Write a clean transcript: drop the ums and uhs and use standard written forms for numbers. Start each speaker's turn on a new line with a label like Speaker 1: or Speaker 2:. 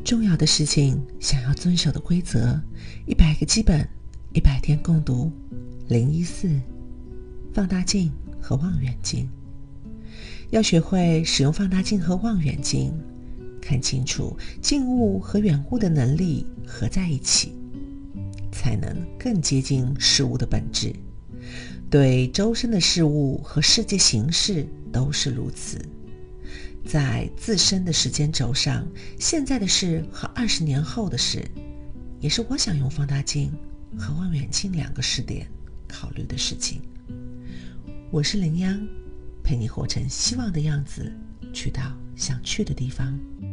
Speaker 1: 重要的事情，想要遵守的规则，100个基本，100天共读014放大镜和望远镜。要学会使用放大镜和望远镜，看清楚近物和远物的能力合在一起，才能更接近事物的本质。对周身的事物和世界形势都是如此。在自身的时间轴上，现在的事和20年后的事，也是我想用放大镜和望远镜2个视点考虑的事情。我是林央，陪你活成希望的样子，去到想去的地方。